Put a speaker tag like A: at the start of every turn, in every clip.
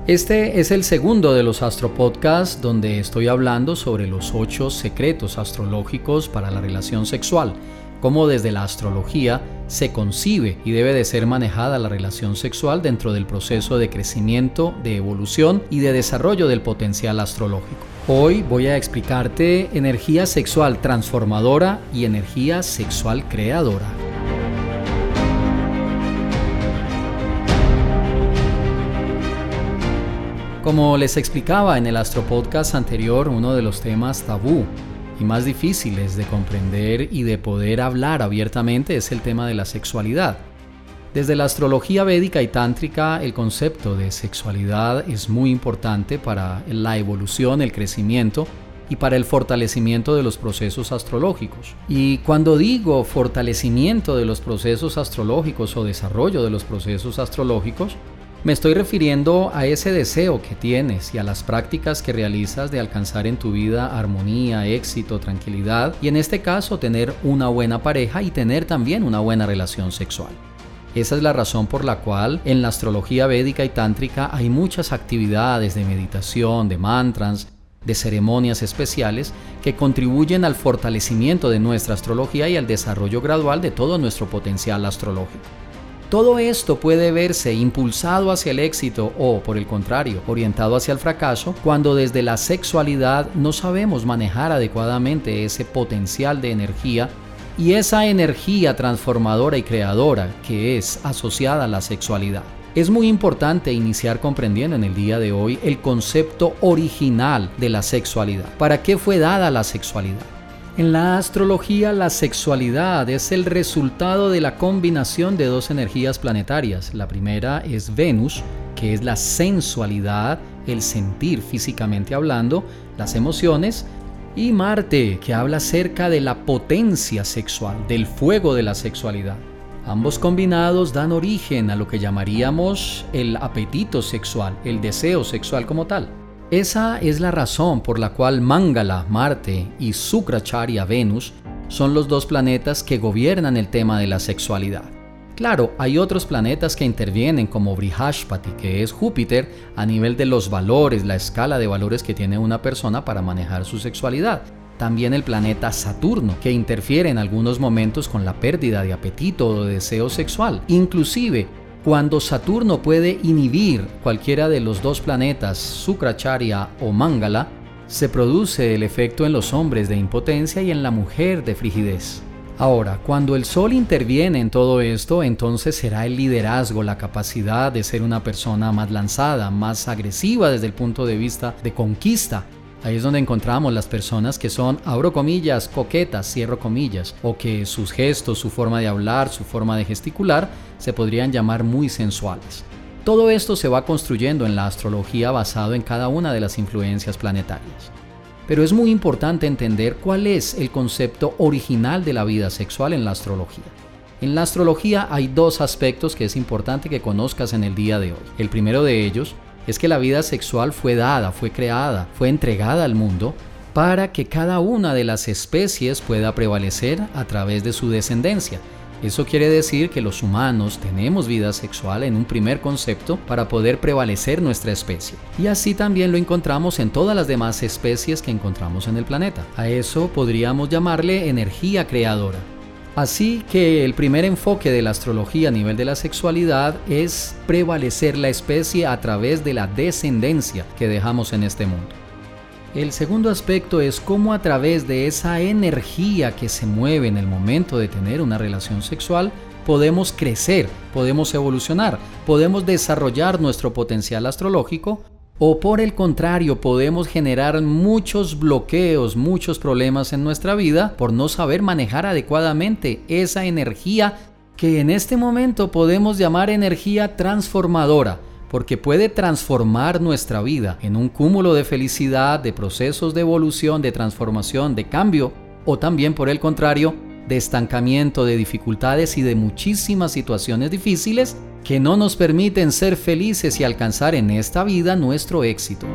A: Este es el segundo de los astropodcasts donde estoy hablando sobre los 8 secretos astrológicos para la relación sexual, cómo desde la astrología se concibe y debe de ser manejada la relación sexual dentro del proceso de crecimiento, de evolución y de desarrollo del potencial astrológico. Hoy voy a explicarte energía sexual transformadora y energía sexual creadora. Como les explicaba en el astropodcast anterior, uno de los temas tabú y más difíciles de comprender y de poder hablar abiertamente es el tema de la sexualidad. Desde la astrología védica y tántrica, el concepto de sexualidad es muy importante para la evolución, el crecimiento y para el fortalecimiento de los procesos astrológicos. Y cuando digo fortalecimiento de los procesos astrológicos o desarrollo de los procesos astrológicos, me estoy refiriendo a ese deseo que tienes y a las prácticas que realizas de alcanzar en tu vida armonía, éxito, tranquilidad y en este caso tener una buena pareja y tener también una buena relación sexual. Esa es la razón por la cual en la astrología védica y tántrica hay muchas actividades de meditación, de mantras, de ceremonias especiales que contribuyen al fortalecimiento de nuestra astrología y al desarrollo gradual de todo nuestro potencial astrológico. Todo esto puede verse impulsado hacia el éxito o, por el contrario, orientado hacia el fracaso cuando desde la sexualidad no sabemos manejar adecuadamente ese potencial de energía y esa energía transformadora y creadora que es asociada a la sexualidad. Es muy importante iniciar comprendiendo en el día de hoy el concepto original de la sexualidad. ¿Para qué fue dada la sexualidad? En la astrología, la sexualidad es el resultado de la combinación de dos energías planetarias. La primera es Venus, que es la sensualidad, el sentir físicamente hablando, las emociones, y Marte, que habla acerca de la potencia sexual, del fuego de la sexualidad. Ambos combinados dan origen a lo que llamaríamos el apetito sexual, el deseo sexual como tal. Esa es la razón por la cual Mangala, Marte, y Sukracharya, Venus, son los dos planetas que gobiernan el tema de la sexualidad. Claro, hay otros planetas que intervienen como Brihaspati, que es Júpiter, a nivel de los valores, la escala de valores que tiene una persona para manejar su sexualidad. También el planeta Saturno, que interfiere en algunos momentos con la pérdida de apetito o de deseo sexual. Inclusive, cuando Saturno puede inhibir cualquiera de los dos planetas, Sukracharya o Mangala, se produce el efecto en los hombres de impotencia y en la mujer de frigidez. Ahora, cuando el Sol interviene en todo esto, entonces será el liderazgo, la capacidad de ser una persona más lanzada, más agresiva desde el punto de vista de conquista. Ahí es donde encontramos las personas que son, abro comillas, coquetas, cierro comillas, o que sus gestos, su forma de hablar, su forma de gesticular, se podrían llamar muy sensuales. Todo esto se va construyendo en la astrología basado en cada una de las influencias planetarias. Pero es muy importante entender cuál es el concepto original de la vida sexual en la astrología. En la astrología hay dos aspectos que es importante que conozcas en el día de hoy. El primero de ellos es que la vida sexual fue dada, fue creada, fue entregada al mundo para que cada una de las especies pueda prevalecer a través de su descendencia. Eso quiere decir que los humanos tenemos vida sexual en un primer concepto para poder prevalecer nuestra especie. Y así también lo encontramos en todas las demás especies que encontramos en el planeta. A eso podríamos llamarle energía creadora. Así que el primer enfoque de la astrología a nivel de la sexualidad es prevalecer la especie a través de la descendencia que dejamos en este mundo. El segundo aspecto es cómo a través de esa energía que se mueve en el momento de tener una relación sexual podemos crecer, podemos evolucionar, podemos desarrollar nuestro potencial astrológico o por el contrario podemos generar muchos bloqueos, muchos problemas en nuestra vida por no saber manejar adecuadamente esa energía que en este momento podemos llamar energía transformadora, porque puede transformar nuestra vida en un cúmulo de felicidad, de procesos de evolución, de transformación, de cambio, o también por el contrario, de estancamiento, de dificultades y de muchísimas situaciones difíciles que no nos permiten ser felices y alcanzar en esta vida nuestro éxito.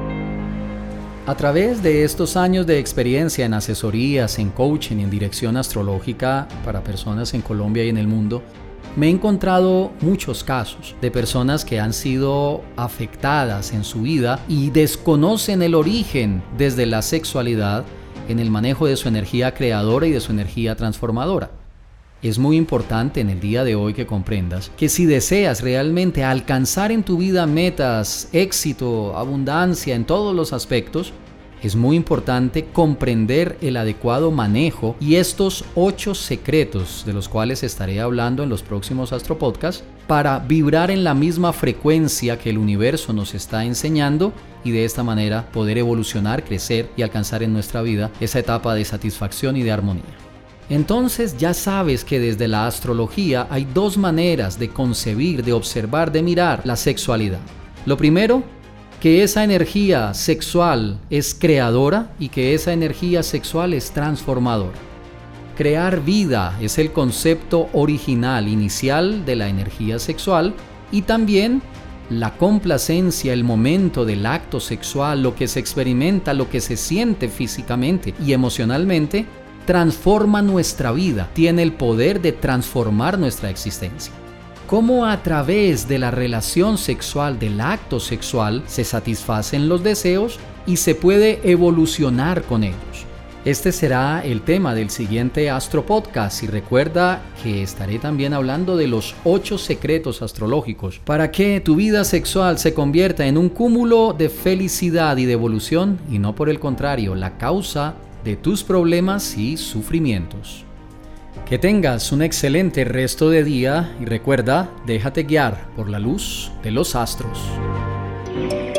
A: A través de estos años de experiencia en asesorías, en coaching y en dirección astrológica para personas en Colombia y en el mundo, Me he encontrado muchos casos de personas que han sido afectadas en su vida y desconocen el origen desde la sexualidad en el manejo de su energía creadora y de su energía transformadora. Es muy importante en el día de hoy que comprendas que si deseas realmente alcanzar en tu vida metas, éxito, abundancia en todos los aspectos, es muy importante comprender el adecuado manejo y estos 8 secretos de los cuales estaré hablando en los próximos Astropodcasts para vibrar en la misma frecuencia que el universo nos está enseñando y de esta manera poder evolucionar, crecer y alcanzar en nuestra vida esa etapa de satisfacción y de armonía. Entonces ya sabes que desde la astrología hay 2 maneras de concebir, de observar, de mirar la sexualidad. Lo primero, que esa energía sexual es creadora y que esa energía sexual es transformadora. Crear vida es el concepto original, inicial de la energía sexual y también la complacencia, el momento del acto sexual, lo que se experimenta, lo que se siente físicamente y emocionalmente, transforma nuestra vida, tiene el poder de transformar nuestra existencia. Cómo a través de la relación sexual, del acto sexual, se satisfacen los deseos y se puede evolucionar con ellos. Este será el tema del siguiente Astropodcast y recuerda que estaré también hablando de los 8 secretos astrológicos para que tu vida sexual se convierta en un cúmulo de felicidad y de evolución y no por el contrario, la causa de tus problemas y sufrimientos. Que tengas un excelente resto de día y recuerda, déjate guiar por la luz de los astros.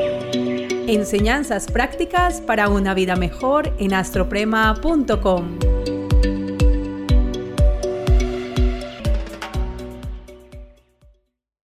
B: Enseñanzas prácticas para una vida mejor en astroprema.com.